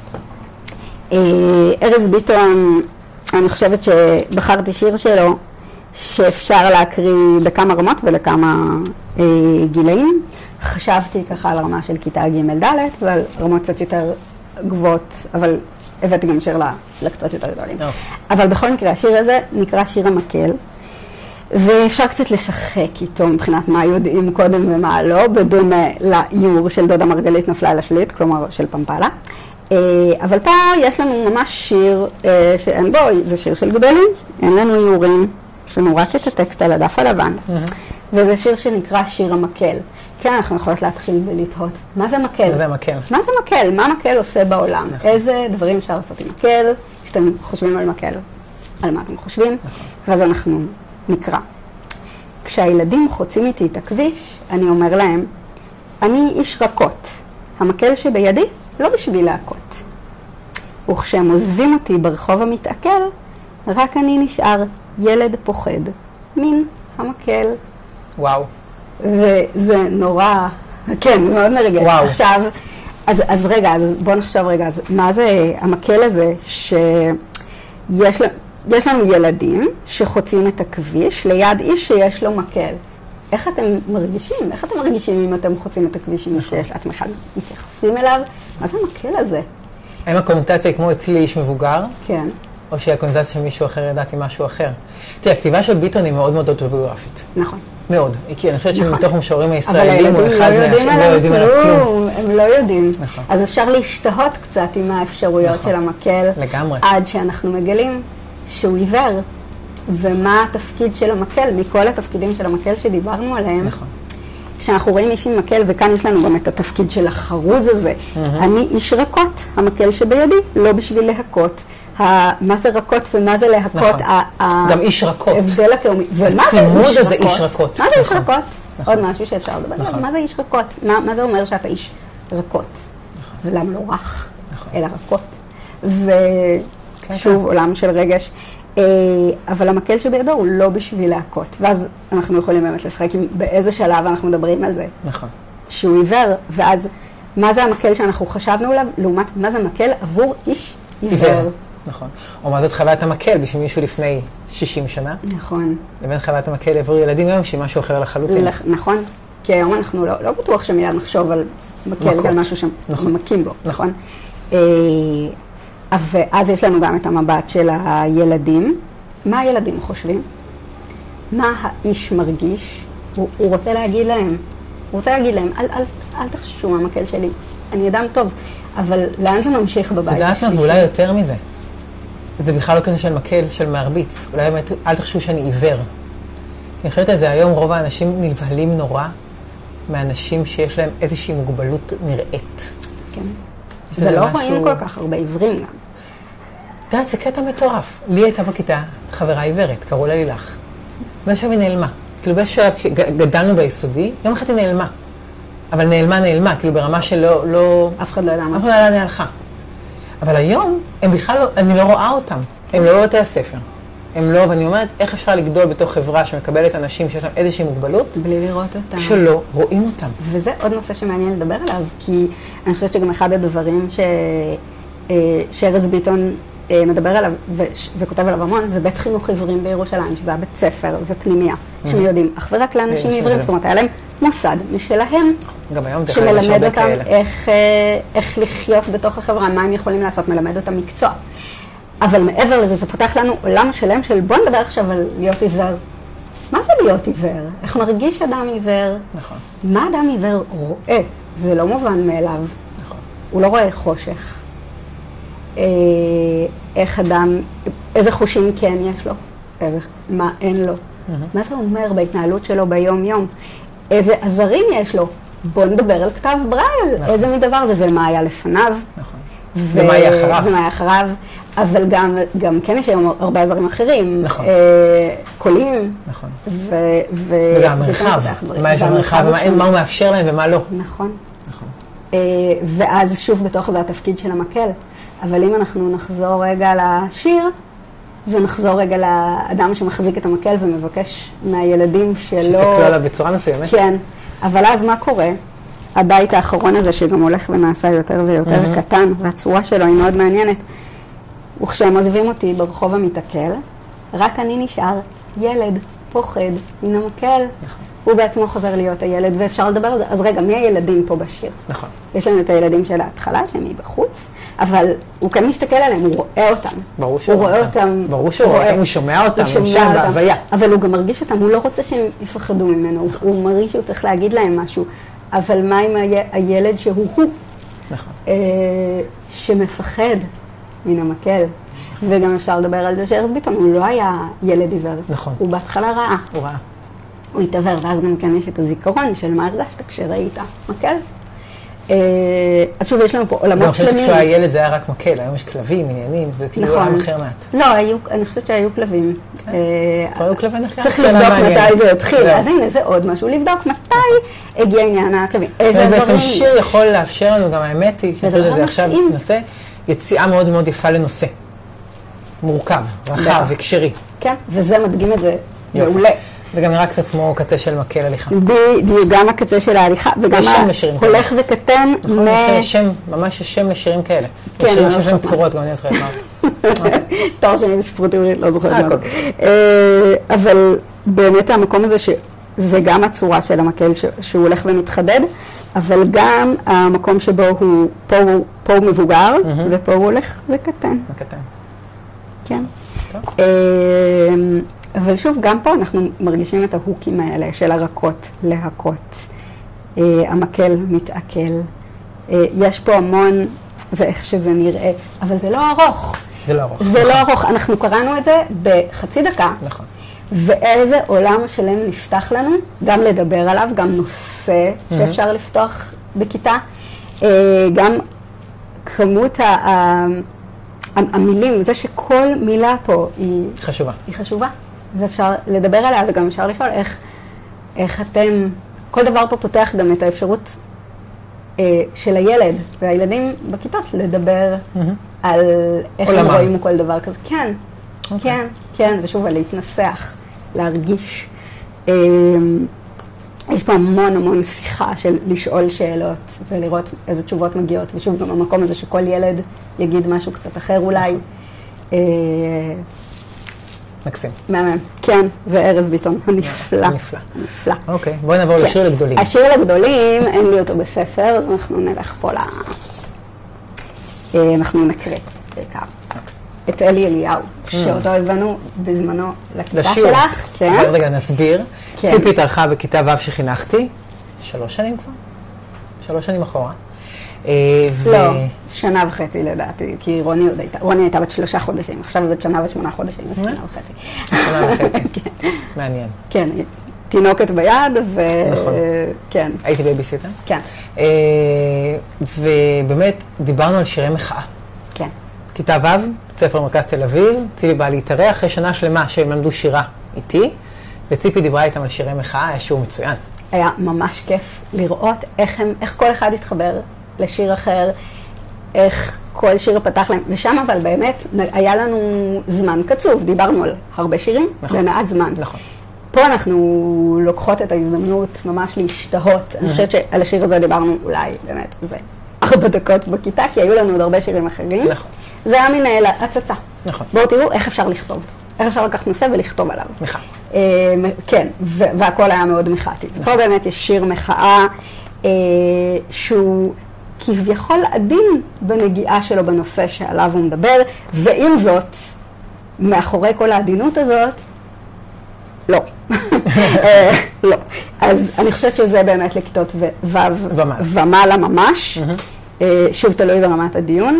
ארז ביטון, אני חושבת שבחרתי שיר שלו, שאפשר להקריא בכמה רמות ולכמה גילאים. חשבתי ככה על רמה של כיתה ג' ד' ועל רמות קצת יותר גבוהות, אבל הבאתי גם שיר לקצת יותר גדולים. אבל בכל מקרה, השיר הזה נקרא שיר המקל, ואפשר קצת לשחק איתו מבחינת מה יודעים קודם ומה לא, בדומה לאיור של דודה מרגלית נפלה על השליט, כלומר של פמפלה. אבל פה יש לנו ממש שיר שאין בו, זה שיר של גדולים, אין לנו איורים, יש לנו רק את הטקסט על הדף הלבן. וזה שיר שנקרא שיר המקל. כן, אנחנו יכולות להתחיל ולתהות. מה זה מקל? מה זה מקל? מה זה מקל? מה מקל עושה בעולם? איזה דברים אפשר לעשות עם מקל? כשאתם חושבים על מקל, על מה אתם חושבים? ואז אנחנו נקרא. כשהילדים חוצים איתי את הכביש, אני אומר להם, אני איש רכות. המקל שבידי לא בשביל להכות. וכשהם עוזבים אותי ברחוב המתעכל, רק אני נשאר ילד פוחד. מן המקל. וואו. וזה נורא, כן, מאוד מרגש. וואו. עכשיו, אז רגע, אז בוא נחשוב רגע, אז מה זה המקל הזה שיש לנו ילדים שחוצים את הכביש ליד איש שיש לו מקל. איך אתם מרגישים? איך אתם מרגישים אם אתם חוצים את הכביש עם איש שיש אתם מתייחסים אליו? מה זה המקל הזה? האם הקונוטציה היא כמו אצלי איש מבוגר? כן. או שהיא הקונוטציה של מישהו אחר ידעתי משהו אחר? תראה, הכתיבה של ביטון היא מאוד מאוד אוטוביוגרפית. נכון. מאוד. כי אני חושבת שמתוך המשוררים הישראלים הוא אחד שהם לא יודעים עליו כלום. הם לא יודעים. נכון. אז אפשר להשתהות קצת עם האפשרויות של המקל. לגמרי. עד שאנחנו מגלים שהוא עיוור. ומה התפקיד של המקל, מכל התפקידים של המקל שדיברנו עליהם. נכון. כשאנחנו רואים איש עם מקל, וכאן יש לנו גם את התפקיד של החרוז הזה. אני איש רכות, המקל שבידי, לא בשביל להכות. מה זה רכות ומה זה להכות? גם איש רכות. הבדל התאומי. הצימוד הזה איש רכות. מה זה איש רכות? עוד משהו שאפשר לדבר עליו. מה זה איש רכות? מה זה אומר שאתה איש רכות? ולמה לא רך, אלא רכות? ושוב, עולם של רגש. אבל המקל שבידו הוא לא בשביל להכות. ואז אנחנו יכולים באמת לשחק עם באיזה שלב אנחנו מדברים על זה. נכון. שהוא עיוור, ואז מה זה המקל שאנחנו חשבנו עליו, לעומת מה זה מקל עבור איש עיוור. נכון. או מה זאת חוויית המקל בשביל מישהו לפני 60 שנה. נכון. לבין חוויית המקל עבור ילדים היום שהיא משהו אחר לחלוטין. נכון. כי היום אנחנו לא בטוח שמיד נחשוב על מקל ועל משהו שמקים בו. נכון. ואז יש לנו גם את המבט של הילדים. מה הילדים חושבים? מה האיש מרגיש? הוא רוצה להגיד להם. הוא רוצה להגיד להם, אל תחששו מהמקל שלי. אני אדם טוב. אבל לאן זה ממשיך בבית? יודעת מה, ואולי יותר מזה. זה בכלל לא כזה של מקל, של מרביץ. אולי באמת, אל תחשבו שאני עיוור. אני חושבת על זה, היום רוב האנשים נבהלים נורא מאנשים שיש להם איזושהי מוגבלות נראית. כן. ולא רואים כל כך הרבה עיוורים גם. אתה יודעת, זה קטע מטורף. לי הייתה בכיתה חברה עיוורת, קראו לה לילך. באיזשהו היא נעלמה. כאילו באיזשהו גדלנו ביסודי, יום אחד היא נעלמה. אבל נעלמה, כאילו ברמה שלא... אף אחד לא ידע מה. אף אחד לא ידע לאן הלכה. אבל היום, הם בכלל לא, אני לא רואה אותם. הם לא בבתי הספר. הם לא, ואני אומרת, איך אפשר לגדול בתוך חברה שמקבלת אנשים שיש להם איזושהי מוגבלות? בלי לראות אותם. כשלא רואים אותם. וזה עוד נושא שמעניין לדבר עליו, כי אני חושבת שגם אחד הדברים שארז ביטון מדבר עליו וכותב עליו המון, זה בית חינוך עיוורים בירושלים, שזה היה בית ספר ופנימיה, שמיודעים אך ורק לאנשים עיוורים, זאת אומרת, היה להם מוסד משלהם, שמלמד אותם איך לחיות בתוך החברה, מה הם יכולים לעשות, מלמד אותם מקצוע. אבל מעבר לזה, זה פותח לנו עולם שלם של בוא נדבר עכשיו על להיות עיוור. מה זה להיות עיוור? איך מרגיש אדם עיוור? נכון. מה אדם עיוור רואה? זה לא מובן מאליו. נכון. הוא לא רואה חושך. איך אדם, איזה חושים כן יש לו? מה אין לו? מה זה אומר בהתנהלות שלו ביום יום? איזה עזרים יש לו? בוא נדבר על כתב ברייל. איזה מדבר זה ומה היה לפניו? נכון. ומה היה אחריו? אבל גם כן יש היום הרבה עזרים אחרים. נכון. קולים. נכון. וגם מרחב. מה יש במרחב, מה הוא מאפשר להם ומה לא. נכון. ואז שוב בתוך זה התפקיד של המקל. אבל אם אנחנו נחזור רגע לשיר, ונחזור רגע לאדם שמחזיק את המקל ומבקש מהילדים שלו... שתקלו עליו בצורה מסוימת. כן. אבל אז מה קורה? הבית האחרון הזה שגם הולך ונעשה יותר ויותר קטן, והצורה שלו היא מאוד מעניינת. וכשהם עוזבים אותי ברחוב המתעכל, רק אני נשאר ילד פוחד מן המקל. נכון. הוא בעצמו חוזר להיות הילד, ואפשר לדבר על זה. אז רגע, מי הילדים פה בשיר? נכון. יש לנו את הילדים של ההתחלה, שהם בחוץ, אבל הוא כן מסתכל עליהם, הוא רואה אותם. ברור שהוא רואה אותם. ברור שהוא רואה אותם, הוא שומע אותם, הם שם בהוויה. אבל הוא גם מרגיש אותם, הוא לא רוצה שהם יפחדו ממנו, הוא מרגיש שהוא צריך להגיד להם משהו. אבל מה עם הילד שהוא הוא? נכון. שמפחד מן המקל. וגם אפשר לדבר על זה שארז ביטון, הוא לא היה ילד עיוור. נכון. הוא בהתחלה ראה. הוא ראה. הוא התעבר, ואז גם כן יש את הזיכרון של מה הרגשת כשראית מקל. אז שוב, יש לנו פה עולמות שלמים. גם כשהוא היה ילד זה היה רק מקל, היום יש כלבים, עניינים, זה כאילו עולם אחר מעט. לא, אני חושבת שהיו כלבים. היו כלבים נחיה. צריך לבדוק מתי זה התחיל. אז הנה, זה עוד משהו, לבדוק מתי הגיע עניין הכלבים. איזה עזרים. בעצם שיר יכול לאפשר לנו, גם האמת היא, שזה עכשיו נושא, יציאה מאוד מאוד יפה לנושא. מורכב, רחב, הקשרי. כן, וזה מדגים את זה מעולה. זה גם נראה קצת כמו קצה של מקל הליכה. בדיוק, גם הקצה של ההליכה, וגם הולך וקטן. נכון, יש שם, ממש יש שם לשירים כאלה. כן, שירים שיש להם צורות, גם אני זוכרת מה. תואר שני בספרות עברית, לא זוכרת מה. אבל באמת המקום הזה שזה גם הצורה של המקל שהוא הולך ומתחדד, אבל גם המקום שבו הוא, פה הוא מבוגר, ופה הוא הולך וקטן. וקטן. כן. אבל שוב, גם פה אנחנו מרגישים את ההוקים האלה של הרכות, להכות. המקל מתעכל. יש פה המון, ואיך שזה נראה, אבל זה לא ארוך. זה לא ארוך. זה לא ארוך, אנחנו קראנו את זה בחצי דקה. נכון. ואיזה עולם שלם נפתח לנו, גם לדבר עליו, גם נושא שאפשר לפתוח בכיתה, גם כמות המילים, זה שכל מילה פה היא חשובה, ואפשר לדבר עליה, וגם אפשר לשאול איך אתם, כל דבר פה פותח גם את האפשרות של הילד והילדים בכיתות לדבר על איך הם רואים כל דבר כזה. כן, כן, ושוב, להתנסח, להרגיש. יש פה המון שיחה של לשאול שאלות ולראות איזה תשובות מגיעות, ושוב, גם המקום הזה שכל ילד יגיד משהו קצת אחר אולי. מקסים. מהמם. כן, זה ארז ביטון, הנפלא. נפלא. אוקיי, בואי נעבור לשיר לגדולים. השיר לגדולים, אין לי אותו בספר, אז אנחנו נלך פה אנחנו נקרא בעיקר. את אלי אליהו, שאותו הבאנו בזמנו לכיתה שלך. כן. רגע, נסביר. ציפי התארחה בכיתה ו' שחינכתי, 3 שנים כבר? 3 שנים אחורה. לא, 1.5 לדעתי, כי רוני הייתה בת 3 חודשים, עכשיו היא בת 1 ו8 חודשים, אז 1.5. 1.5. מעניין. כן, תינוקת ביד, נכון. כן. הייתי בייביסיטר. כן. ובאמת דיברנו על שירי מחאה. כן. כיתה ו', ספר מרכז תל אביב, ציפי באה להתארח אחרי שנה שלמה שהם למדו שירה איתי, וציפי דיברה איתם על שירי מחאה, היה שיעור מצוין. היה ממש כיף לראות איך כל אחד התחבר לשיר אחר, איך כל שיר פתח להם, ושם אבל באמת היה לנו זמן קצוב, דיברנו על הרבה שירים, במעט זמן. נכון. פה אנחנו לוקחות את ההזדמנות ממש להשתהות. אני חושבת שעל השיר הזה דיברנו אולי באמת, זה 4 דקות בכיתה, כי היו לנו עוד הרבה שירים אחרים. נכון. זה היה מין הצצה. נכון. בואו תראו איך אפשר לכתוב. איך אפשר לקחת נושא ולכתוב עליו. מחאה. כן, והכל היה מאוד מחאתי. פה באמת יש שיר מחאה שהוא כביכול עדין בנגיעה שלו בנושא שעליו הוא מדבר, ועם זאת, מאחורי כל העדינות הזאת, לא. לא. אז אני חושבת שזה באמת לכיתות ו' ומעלה ממש. שוב תלוי ברמת הדיון.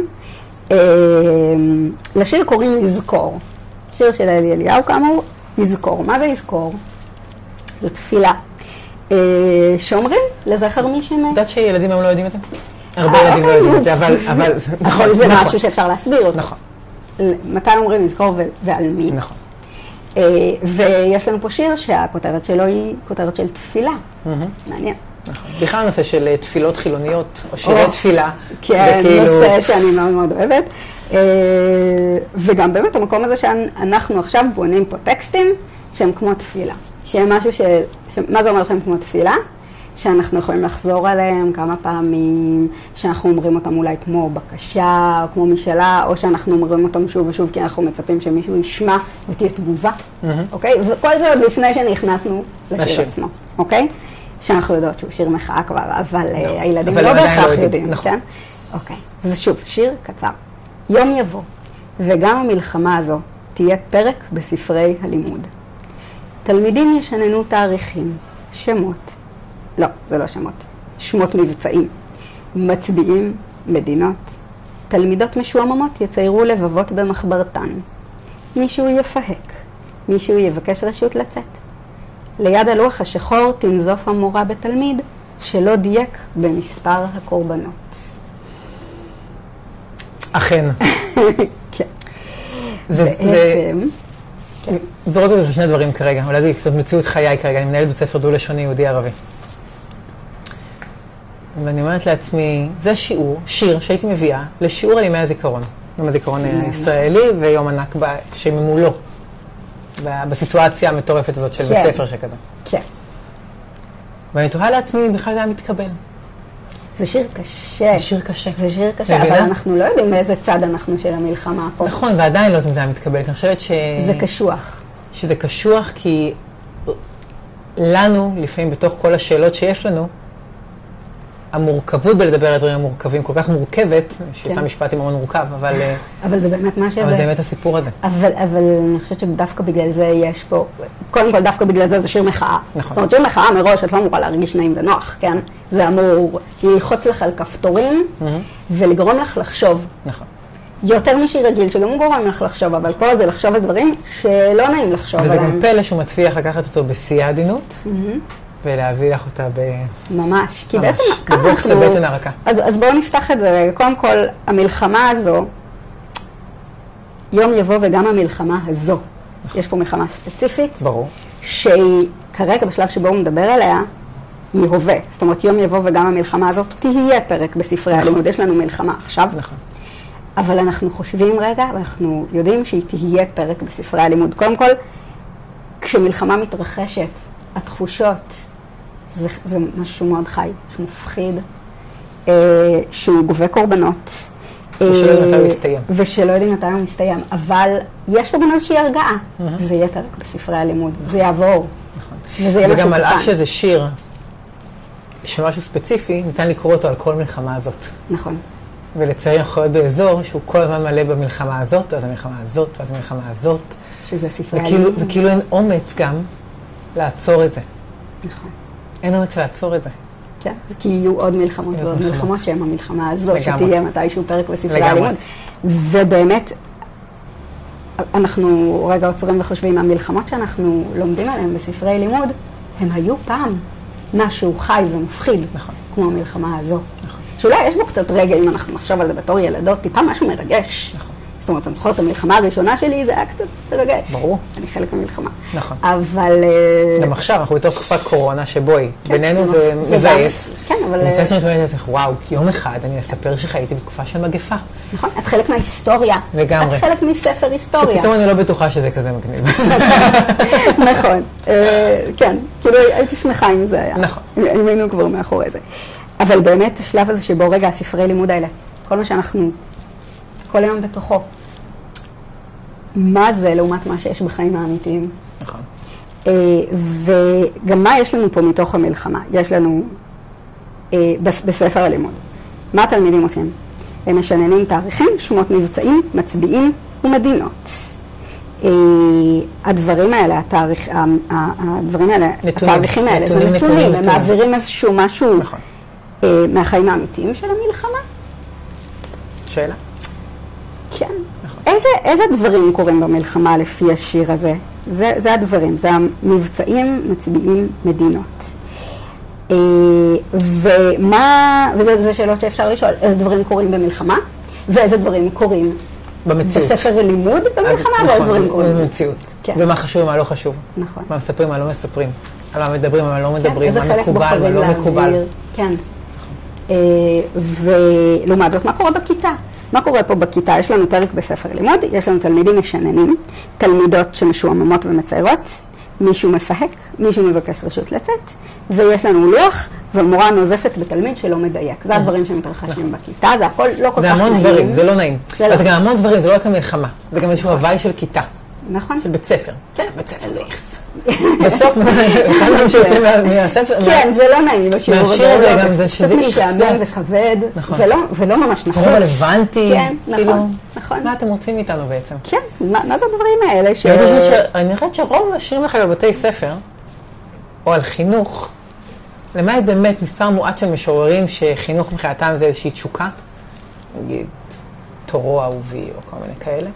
לשיר קוראים לזכור. שיר של אלי אליהו כאמור, לזכור. מה זה לזכור? זו תפילה. שאומרים לזכר מי שמת. יודעת שילדים היום לא יודעים את זה? הרבה ילדים לא יודעים את זה, אבל... נכון, זה משהו שאפשר להסביר אותו. נכון. מתי אומרים לזכור ועל מי. נכון. ויש לנו פה שיר שהכותרת שלו היא כותרת של תפילה. מעניין. נכון. בכלל הנושא של תפילות חילוניות, או שירי תפילה. כן, נושא שאני מאוד מאוד אוהבת. וגם באמת המקום הזה שאנחנו עכשיו בונים פה טקסטים שהם כמו תפילה. שהם משהו מה זה אומר שהם כמו תפילה? שאנחנו יכולים לחזור עליהם כמה פעמים, שאנחנו אומרים אותם אולי כמו בקשה, או כמו משאלה, או שאנחנו אומרים אותם שוב ושוב, כי אנחנו מצפים שמישהו ישמע ותהיה תגובה, אוקיי? וכל זה עוד לפני שנכנסנו לשיר עצמו, אוקיי? שאנחנו יודעות שהוא שיר מחאה כבר, אבל הילדים לא בהכרח יודעים, כן? אוקיי, זה שוב, שיר קצר. יום יבוא, וגם המלחמה הזו תהיה פרק בספרי הלימוד. תלמידים ישננו תאריכים, שמות, לא, זה לא שמות, שמות מבצעים, מצביעים, מדינות. תלמידות משועממות יציירו לבבות במחברתן. מישהו יפהק, מישהו יבקש רשות לצאת. ליד הלוח השחור תנזוף המורה בתלמיד שלא דייק במספר הקורבנות. אכן. כן. בעצם... זורק אותי לשני דברים כרגע, אולי זה קצת מציאות חיי כרגע, אני מנהלת בספר דו-לשוני יהודי-ערבי. ואני אומרת לעצמי, זה שיר שהייתי מביאה לשיעור על ימי הזיכרון. יום הזיכרון הישראלי ויום הנכבה שממולו, בסיטואציה המטורפת הזאת של בית ספר שכזה. כן. ואני תוהה לעצמי, בכלל זה היה מתקבל. זה שיר קשה. זה שיר קשה. זה שיר קשה, אבל אנחנו לא יודעים מאיזה צד אנחנו של המלחמה פה. נכון, ועדיין לא יודעים זה היה מתקבל, כי אני חושבת זה קשוח. שזה קשוח כי לנו, לפעמים בתוך כל השאלות שיש לנו, המורכבות בלדבר על הדברים המורכבים כל כך מורכבת, שיצא משפט עם המון מורכב, אבל זה באמת מה שזה. אבל זה באמת הסיפור הזה. אבל אני חושבת שדווקא בגלל זה יש פה, קודם כל דווקא בגלל זה שיר מחאה. נכון. זאת אומרת, שיר מחאה מראש, את לא אמורה להרגיש נעים ונוח, כן? זה אמור ללחוץ לך על כפתורים ולגרום לך לחשוב. נכון. יותר משיר רגיל, שגם הוא גורם לך לחשוב, אבל פה זה לחשוב על דברים שלא נעים לחשוב עליהם. וזה גם פלא שהוא מצליח לקחת אותו בשיא העדינות, ולהביא לך אותה ממש, כי בעצם בבוקס לבטן הרכה. אז בואו נפתח את זה. קודם כל, המלחמה הזו, יום יבוא וגם המלחמה הזו. יש פה מלחמה ספציפית. ברור. שהיא כרגע בשלב שבו הוא מדבר עליה, היא הווה. זאת אומרת, יום יבוא וגם המלחמה הזאת תהיה פרק בספרי הלימוד. יש לנו מלחמה עכשיו. נכון. אבל אנחנו חושבים רגע, ואנחנו יודעים שהיא תהיה פרק בספרי הלימוד. קודם כל, כשמלחמה מתרחשת, התחושות, זה משהו מאוד חי, שמפחיד, שהוא גובה קורבנות. ושלא יודעים מתי הוא יסתיים. ושלא יודעים מתי הוא מסתיים. אבל יש לו גם איזושהי הרגעה. זה יהיה פרק בספרי הלימוד. זה יעבור. וזה יהיה משהו קטן. וגם על אף שזה שיר שמשהו ספציפי, ניתן לקרוא אותו על כל מלחמה הזאת. נכון. ולצערי אנחנו יכולים באזור שהוא כל הזמן מלא במלחמה הזאת, ואז המלחמה הזאת, ואז המלחמה הזאת. שזה ספרי הלימוד. וכאילו אין אומץ גם לעצור את זה. נכון. אין אומץ לעצור את זה. כן, כי יהיו עוד מלחמות ועוד מלחמות שהן המלחמה הזו, שתהיה מתישהו פרק בספרי הלימוד. ובאמת, אנחנו רגע עוצרים וחושבים, המלחמות שאנחנו לומדים עליהן בספרי לימוד, הם היו פעם משהו חי ומפחיד, כמו המלחמה הזו. שאולי יש בו קצת רגע, אם אנחנו נחשוב על זה בתור ילדות, טיפה משהו מרגש. זאת אומרת, אני זוכרת את המלחמה הראשונה שלי, זה היה קצת מרגש. ברור. אני חלק מהמלחמה. נכון. אבל... גם עכשיו, אנחנו בתוך תקופת קורונה, שבואי, בינינו זה מבאס. כן, אבל... אני מצטערת שאני אומרת, וואו, יום אחד אני אספר שחייתי בתקופה של מגפה. נכון, את חלק מההיסטוריה. לגמרי. את חלק מספר היסטוריה. שפתאום אני לא בטוחה שזה כזה מגניב. נכון. כן, כאילו הייתי שמחה אם זה היה. נכון. אם היינו כבר מאחורי זה. אבל באמת, השלב הזה שבו רגע הספרי לימוד האלה, כל מה שאנחנו כל היום בתוכו, מה זה לעומת מה שיש בחיים האמיתיים. נכון. וגם מה יש לנו פה מתוך המלחמה? יש לנו בספר הלימוד. מה התלמידים עושים? הם משננים תאריכים, שמות מבצעים, מצביעים ומדינות. הדברים האלה, התאריכים האלה, זה נתונים, הם מעבירים איזשהו משהו מהחיים האמיתיים של המלחמה. שאלה? כן. איזה דברים קורים במלחמה לפי השיר הזה? זה הדברים, זה המבצעים, מצביעים, מדינות. וזה שאלות שאפשר לשאול, איזה דברים קורים במלחמה, ואיזה דברים קורים במציאות. בספר לימוד במלחמה, ואיזה דברים קורים במציאות. ומה חשוב ומה לא חשוב. נכון. מה מספרים, מה לא מספרים. על מה מדברים, מה לא מדברים, מה מקובל, מה לא מקובל. כן. ולעומת זאת, מה קורה בכיתה? מה קורה פה בכיתה? יש לנו פרק בספר לימוד, יש לנו תלמידים משננים, תלמידות שמשועממות ומציירות, מישהו מפהק, מישהו מבקש רשות לצאת, ויש לנו לוח, והמורה נוזפת בתלמיד שלא מדייק. זה הדברים שמתרחשים בכיתה, זה הכל לא כל כך נעים. זה המון דברים, זה לא נעים. זה גם המון דברים, זה לא רק המלחמה, זה גם איזשהו הוואי של כיתה. נכון. של בית ספר. כן, בית ספר זה איכס. בסוף, אחד מהם שיוצאים מהספר. כן, זה לא נעים בשיעור הזה. מהשיר הזה גם זה שזה איכס. קצת משעמם וכבד, ולא ממש נחוץ. זה לא רלוונטי. כן, נכון. מה אתם רוצים איתנו בעצם? כן, מה זה הדברים האלה? אני חושבת שרוב השירים לכם בבתי ספר, או על חינוך, למעט באמת מספר מועט של משוררים שחינוך מבחינתם זה איזושהי תשוקה, נגיד תורו אהובי או כל מיני כאלה,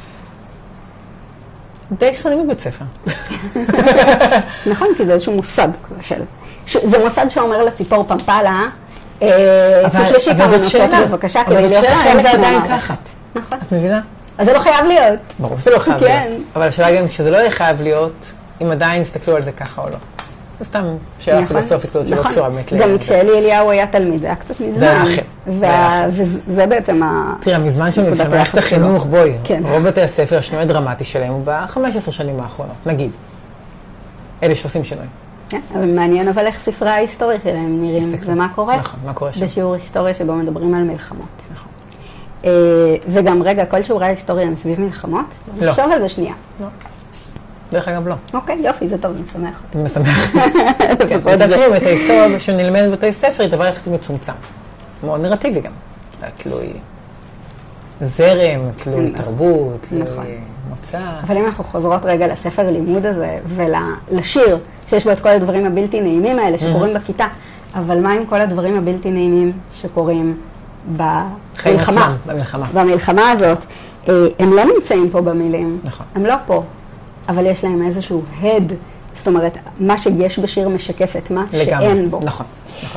די שונאים בבית ספר. נכון, כי זה איזשהו מוסד זה מוסד שאומר לציפור פמפלה, תתלשי כמה נוצות בבקשה, כדי להיות חלק מהמערכת. נכון. את מבינה? אז זה לא חייב להיות. ברור, זה לא חייב להיות. אבל השאלה גם כשזה לא יהיה חייב להיות, אם עדיין יסתכלו על זה ככה או לא. זה סתם שאלה פילוסופית כזאת שלא קשורה באמת ל... גם כשאלי אליהו היה תלמיד, זה היה קצת מזמן. זה היה אחר. וזה בעצם תראה, מזמן של מערכת החינוך, בואי, רוב בתי הספר, השינוי הדרמטי שלהם הוא ב-15 שנים האחרונות, נגיד. אלה שעושים שינוי. אבל מעניין אבל איך ספרי ההיסטוריה שלהם נראים, ומה קורה? נכון, מה קורה שם? בשיעור היסטוריה שבו מדברים על מלחמות. נכון. וגם רגע, כל שיעורי ההיסטוריה הם סביב מלחמות? לא. נחשוב על זה שנייה. לא. דרך אגב לא. אוקיי, יופי, זה טוב, אני משמח אותי. אני משמח. מצד שני, את ההיסטוריה שנלמדת בבתי ספר היא דבר יחסית מצומצם. מאוד נרטיבי גם. תלוי זרם, תלוי תרבות, תלוי מוצא. אבל אם אנחנו חוזרות רגע לספר לימוד הזה ולשיר, שיש בו את כל הדברים הבלתי נעימים האלה שקורים בכיתה, אבל מה עם כל הדברים הבלתי נעימים שקורים במלחמה. במלחמה הזאת. הם לא נמצאים פה במילים. נכון. הם לא פה. אבל יש להם איזשהו הד. זאת אומרת, מה שיש בשיר משקף את מה שאין בו. נכון, נכון.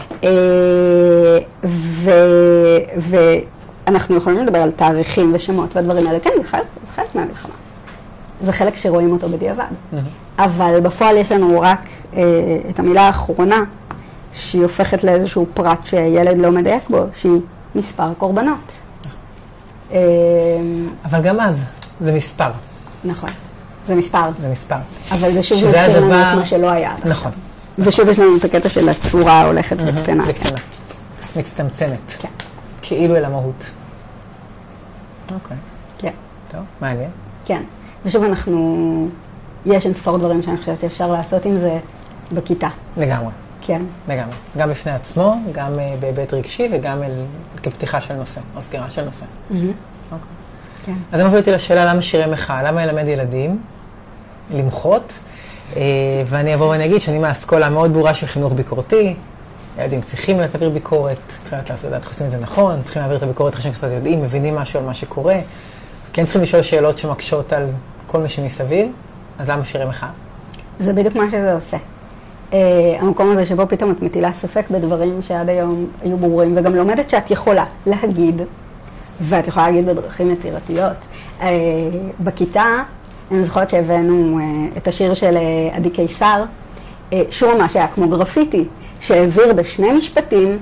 ואנחנו יכולים לדבר על תאריכים ושמות והדברים האלה. כן, זה חלק מהמלחמה. זה חלק שרואים אותו בדיעבד. אבל בפועל יש לנו רק את המילה האחרונה, שהיא הופכת לאיזשהו פרט שילד לא מדייק בו, שהיא מספר קורבנות. אבל גם אז, זה מספר. נכון, זה מספר. זה מספר. אבל זה שוב מזכיר לנו את מה שלא היה. נכון. ושוב יש לנו את הקטע של הצורה הולכת וקטנה. וקטנה. מצטמצמת. כן. כאילו אל המהות. אוקיי. כן. טוב, מעניין. כן. ושוב יש אין ספור דברים שאני חושבת שאפשר לעשות עם זה בכיתה. לגמרי. כן. לגמרי. גם בפני עצמו, גם בהיבט רגשי וגם כפתיחה של נושא, או סגירה של נושא. אוקיי. כן. אז אני מביא אותי לשאלה למה שירי מחאה, למה ילמד ילדים למחות, ואני אבוא ואני אגיד שאני מהאסכולה מאוד ברורה של חינוך ביקורתי, ילדים צריכים להעביר ביקורת, צריכים לדעת איך עושים את זה נכון, צריכים להעביר את הביקורת אחרי שהם קצת יודעים, מבינים משהו על מה שקורה, כן צריכים לשאול שאלות שמקשות על כל מי שמסביב, אז למה שירי מחאה? זה בדיוק מה שזה עושה. המקום הזה שבו פתאום את מטילה ספק בדברים שעד היום היו ברורים, וגם לומדת שאת יכולה להגיד, ואת יכולה להגיד בדרכים יצירתיות. בכיתה, אני זוכרת שהבאנו את השיר של עדי קיסר, שהוא ממש היה כמו גרפיטי, שהעביר בשני משפטים,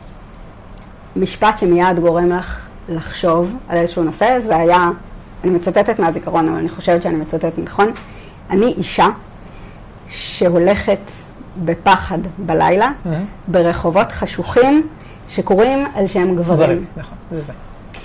משפט שמיד גורם לך לחשוב על איזשהו נושא. זה היה, אני מצטטת מהזיכרון, אבל אני חושבת שאני מצטטת נכון. אני אישה שהולכת בפחד בלילה, ברחובות חשוכים שקוראים על שם גברים. נכון, זה זה.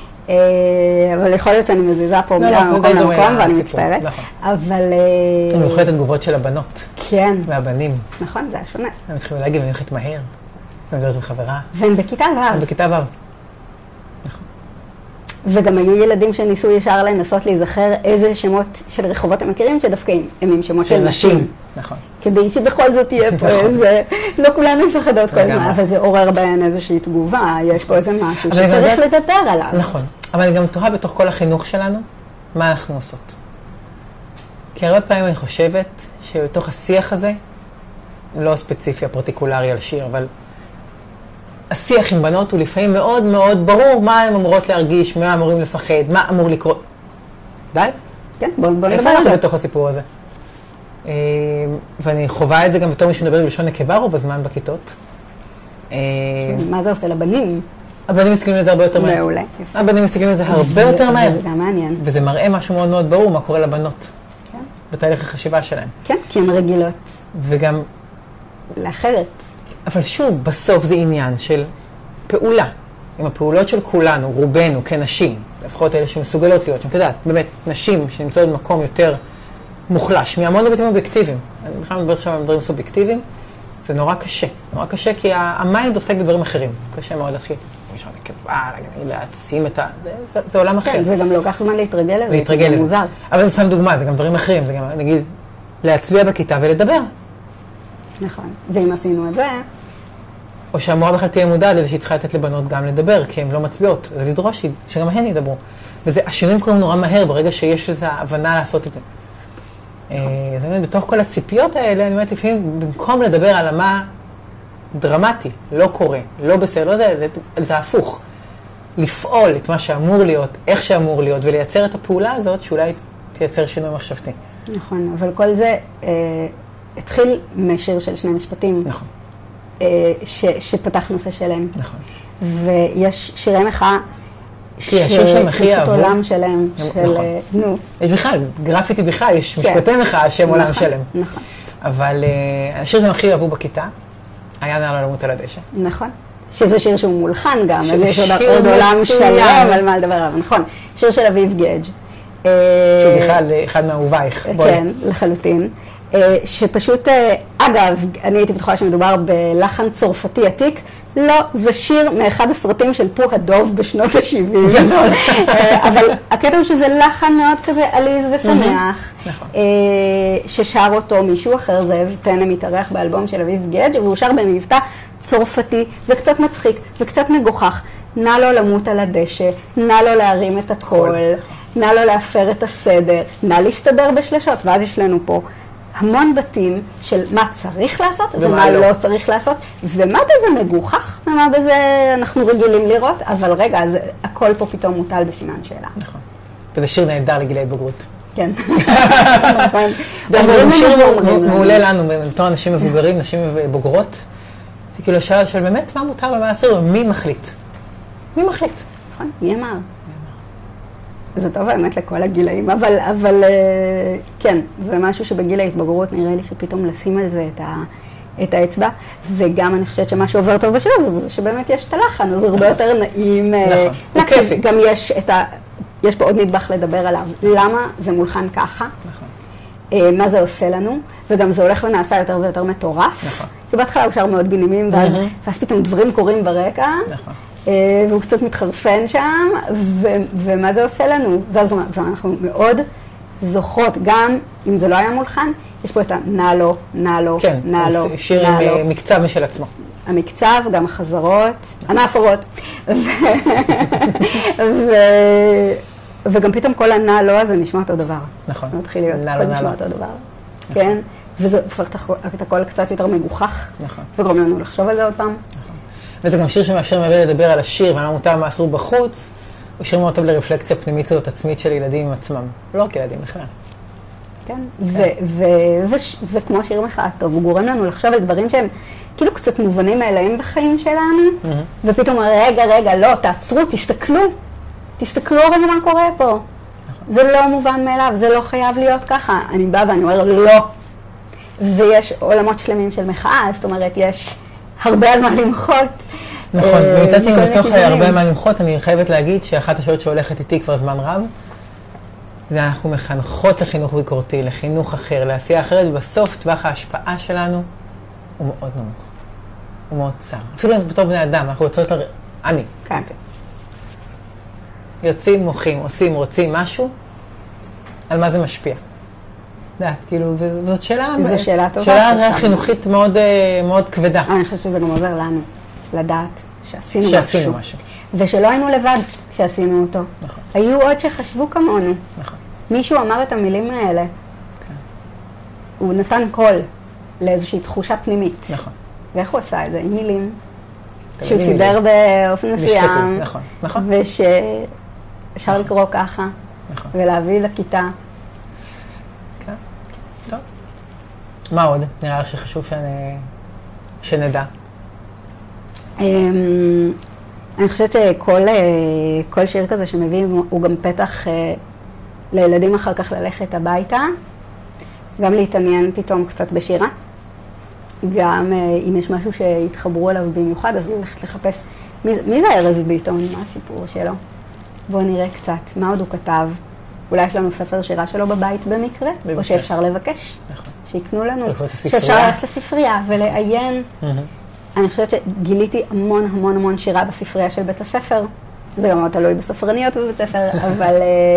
אבל יכול להיות שאני מזיזה פה מילה ממקום למקום, ואני מצטערת. אבל... אני זוכרת את התגובות של הבנות. כן. והבנים. נכון, זה היה שונה. הם התחילו להגיד, אני הולכת מהר. אני מדברת עם חברה. והם בכיתה ו'. בכיתה ו'. נכון. וגם היו ילדים שניסו ישר לנסות להיזכר איזה שמות של רחובות הם מכירים, שדווקא הם עם שמות של נשים. נכון. כדי שבכל זאת תהיה פה איזה... לא כולנו מפחדות כל הזמן, אבל זה עורר בהן איזושהי תגובה, יש פה איזה משהו שצריך לדבר עליו. נכון. אבל אני גם תוהה בתוך כל החינוך שלנו, מה אנחנו עושות. כי הרבה פעמים אני חושבת שבתוך השיח הזה, לא ספציפי, הפרטיקולרי על שיר, אבל השיח עם בנות הוא לפעמים מאוד מאוד ברור מה הן אמורות להרגיש, מה אמורים לפחד, מה אמור לקרות. די? כן, בוא נדבר על זה. איפה אנחנו בתוך הסיפור הזה? ואני חווה את זה גם בתור מי שמדבר בלשון נקבה רוב הזמן בכיתות. מה זה עושה לבנים? הבנים מסתכלים לזה הרבה יותר מהר. מעולה. הבנים מסתכלים לזה הרבה יותר מהר. זה גם מעניין. וזה מראה משהו מאוד מאוד ברור מה קורה לבנות. כן. בתהליך החשיבה שלהם. כן, כי הן רגילות. וגם... לאחרת. אבל שוב, בסוף זה עניין של פעולה. עם הפעולות של כולנו, רובנו, כנשים, לפחות אלה שמסוגלות להיות, שאת יודעת, באמת, נשים שנמצאות במקום יותר מוחלש, מהמון היבטים אובייקטיביים. אני בכלל מדברת עכשיו על דברים סובייקטיביים, זה נורא קשה. נורא קשה כי המיינד עוסק בדברים אחרים. קשה מאוד להתחיל. מישהו נקבה, להעצים את ה... זה עולם אחר. כן, זה גם לוקח זמן להתרגל לזה. להתרגל לזה. זה מוזר. אבל זה שם דוגמה, זה גם דברים אחרים. זה גם, נגיד, להצביע בכיתה ולדבר. נכון. ואם עשינו את זה... או שהמורה בכלל תהיה מודעת לזה שהיא צריכה לתת לבנות גם לדבר, כי הן לא מצביעות. אז לדרוש שגם הן ידברו. והשינויים קורים נורא מהר, ברגע שיש איזו הבנה לעשות את זה. אז באמת, בתוך כל הציפיות האלה, אני אומרת, לפעמים, במקום לדבר על מה דרמטי, לא קורה, לא בסדר, לא זה, זה הפוך. לפעול את מה שאמור להיות, איך שאמור להיות, ולייצר את הפעולה הזאת, שאולי תייצר שינוי מחשבתי. נכון, אבל כל זה התחיל משיר של שני משפטים. נכון. שפתח נושא שלם. נכון. ויש שירי מחאה, כי השיר שהם הכי אהבו. עולם שלם, של... נו. יש בכלל, גרפיטי בכלל, יש משפטי מחאה שהם עולם שלם. נכון. אבל השיר שהם הכי אהבו בכיתה, היה נעלה למות על הדשא. נכון. שזה שיר שהוא מולחן גם, אז יש עוד עולם שלם על מה לדבר עליו. נכון. שיר של אביב גדג'. שהוא בכלל אחד מאהובייך. כן, לחלוטין. שפשוט, אגב, אני הייתי בטוחה שמדובר בלחן צרפתי עתיק, לא, זה שיר מאחד הסרטים של פו הדוב בשנות ה-70. אבל הקטע הוא שזה לחן מאוד כזה עליז ושמח, ששר אותו מישהו אחר, זאב טנא מתארח באלבום של אביב גדג' והוא שר במבטא צרפתי וקצת מצחיק וקצת מגוחך נא לא למות על הדשא, נא לא להרים את הקול, נא לא להפר את הסדר, נא להסתדר בשלשות, ואז יש לנו פה המון בתים של מה צריך לעשות ומה לא צריך לעשות, ומה בזה מגוחך ומה בזה אנחנו רגילים לראות, אבל רגע, אז הכל פה פתאום מוטל בסימן שאלה. נכון. וזה שיר נהדר לגילי התבגרות. כן. זה שיר מעולה לנו, בתור אנשים מבוגרים, נשים בוגרות, וכאילו השאלה של באמת מה מותר ומה אסור, ומי מחליט? מי מחליט? נכון, מי אמר? זה טוב באמת לכל הגילאים, אבל כן, זה משהו שבגיל ההתבגרות נראה לי שפתאום לשים על זה את האצבע, וגם אני חושבת שמה שעובר טוב בשביל זה שבאמת יש את הלחן, אז זה הרבה יותר נעים. נכון, הוא כיפי. גם יש פה עוד נדבך לדבר עליו, למה זה מולחן ככה, נכון. מה זה עושה לנו, וגם זה הולך ונעשה יותר ויותר מטורף. נכון. כי בהתחלה הוא שר מאוד בנימים, ואז פתאום דברים קורים ברקע. נכון. והוא קצת מתחרפן שם, ומה זה עושה לנו? ואז גם אנחנו מאוד זוכרות, גם אם זה לא היה מולחן, יש פה את הנע לו, נע לו, נע לו, כן, שיר עם מקצב משל עצמו. המקצב, גם החזרות, הנאפורות, וגם פתאום כל הנע לו הזה נשמע אותו דבר. נכון. מתחיל להיות, כל נשמע אותו דבר. כן, וזה הופך את הכל קצת יותר מגוחך, וגורם לנו לחשוב על זה עוד פעם. וזה גם שיר שמאפשר מהבא לדבר על השיר, ועל מותר מה אסור בחוץ, הוא שיר מאוד טוב לרפלקציה פנימית כזאת עצמית של ילדים עם עצמם. לא רק ילדים בכלל. כן, וכמו שיר מחאה טוב, הוא גורם לנו לחשוב על דברים שהם כאילו קצת מובנים מאליהם בחיים שלנו, ופתאום רגע, לא, תעצרו, תסתכלו רגע מה קורה פה. זה לא מובן מאליו, זה לא חייב להיות ככה. אני באה ואני אומר, לא. ויש עולמות שלמים של מחאה, זאת אומרת, יש הרבה על מה למחות. נכון, ומצד שני, בתוך הרבה על מה למחות, אני חייבת להגיד שאחת השאלות שהולכת איתי כבר זמן רב, זה אנחנו מחנכות לחינוך ביקורתי, לחינוך אחר, לעשייה אחרת, ובסוף טווח ההשפעה שלנו הוא מאוד נמוך. הוא מאוד צר. אפילו בתור בני אדם, אנחנו יוצאות אני. כן. יוצאים, מוחים, עושים, רוצים משהו, על מה זה משפיע. יודעת, כאילו, וזאת שאלה... זו שאלה טובה. שאלה חינוכית מאוד, מאוד כבדה. אני חושבת שזה גם עוזר לנו, לדעת שעשינו משהו. ושלא היינו לבד כשעשינו אותו. נכון. היו עוד שחשבו כמונו. נכון. מישהו אמר את המילים האלה. כן. הוא נתן קול לאיזושהי תחושה פנימית. נכון. ואיך הוא עשה את זה? עם מילים. שהוא סידר באופן מסוים. נכון, נכון. ושאפשר לקרוא ככה. נכון. ולהביא לכיתה. כן. טוב. מה עוד? נראה לך שחשוב שנדע. אני חושבת שכל שיר כזה שמביא הוא גם פתח לילדים אחר כך ללכת הביתה, גם להתעניין פתאום קצת בשירה, גם אם יש משהו שהתחברו אליו במיוחד, אז ללכת לחפש מי זה ארז ביטון, מה הסיפור שלו. בואו נראה קצת, מה עוד הוא כתב. אולי יש לנו ספר שירה שלו בבית במקרה, או שאפשר לבקש, שיקנו לנו, שאפשר ללכת לספרייה ולעיין. אני חושבת שגיליתי המון שירה בספרייה של בית הספר. זה גם מאוד תלוי בספרניות בבית הספר, אבל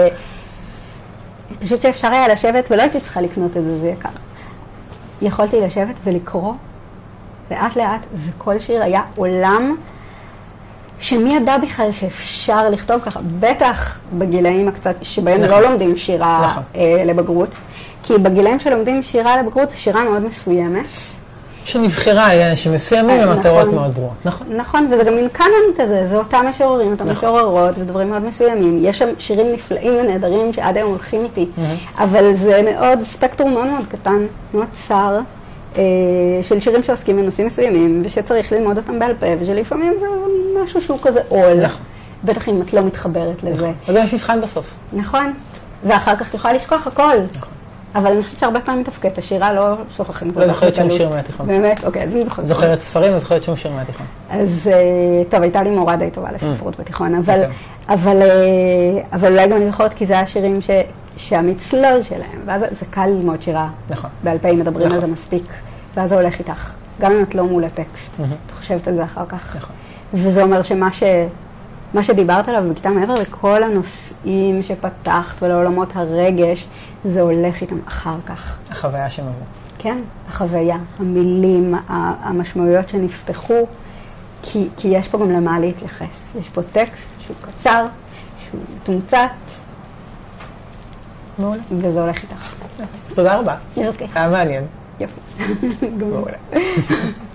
פשוט שאפשר היה לשבת, ולא הייתי צריכה לקנות את זה, זה יקר. יכולתי לשבת ולקרוא לאט, וכל שיר היה עולם שמי ידע בכלל שאפשר לכתוב ככה, בטח בגילאים הקצת, שבהם לא לומדים שירה לבגרות, כי בגילאים שלומדים שירה לבגרות, זה שירה מאוד מסוימת. שנבחרה על אנשים מסוימים למטרות מאוד ברורות, נכון? נכון, וזה גם מין קאנון כזה, זה אותם משוררים, אותם משוררות ודברים מאוד מסוימים. יש שם שירים נפלאים ונהדרים שעד היום הולכים איתי, אבל זה מאוד ספקטרום מאוד קטן, מאוד צר, של שירים שעוסקים בנושאים מסוימים, ושצריך ללמוד אותם בעל פה, ושלפעמים זה משהו שהוא כזה עול. בטח אם את לא מתחברת לזה. וגם יש מבחן בסוף. נכון, ואחר כך תוכל לשכוח הכל. אבל אני חושבת שהרבה פעמים מתפקד, השירה לא שוכחים. לא זוכרת שום שיר מהתיכון. באמת? אוקיי, אז אני זוכרת. זוכרת ספרים, לא זוכרת שום שיר מהתיכון. אז טוב, הייתה לי מורה די טובה לספרות בתיכון, אבל אולי גם אני זוכרת כי זה השירים שהמצלול שלהם, ואז זה קל ללמוד שירה. נכון. בעל פה אם מדברים על זה מספיק, ואז זה הולך איתך. גם אם את לא מול הטקסט, את חושבת על זה אחר כך. נכון. וזה אומר מה שדיברת עליו בכיתה מעבר לכל הנושאים שפתחת ולעולמות הרגש, זה הולך איתם אחר כך. החוויה שמבוא. כן, החוויה, המילים, המשמעויות שנפתחו, כי יש פה גם למה להתייחס. יש פה טקסט שהוא קצר, שהוא מתומצת. מעולה. וזה הולך איתך. תודה רבה. אוקיי. היה מעניין. יופי. מעולה.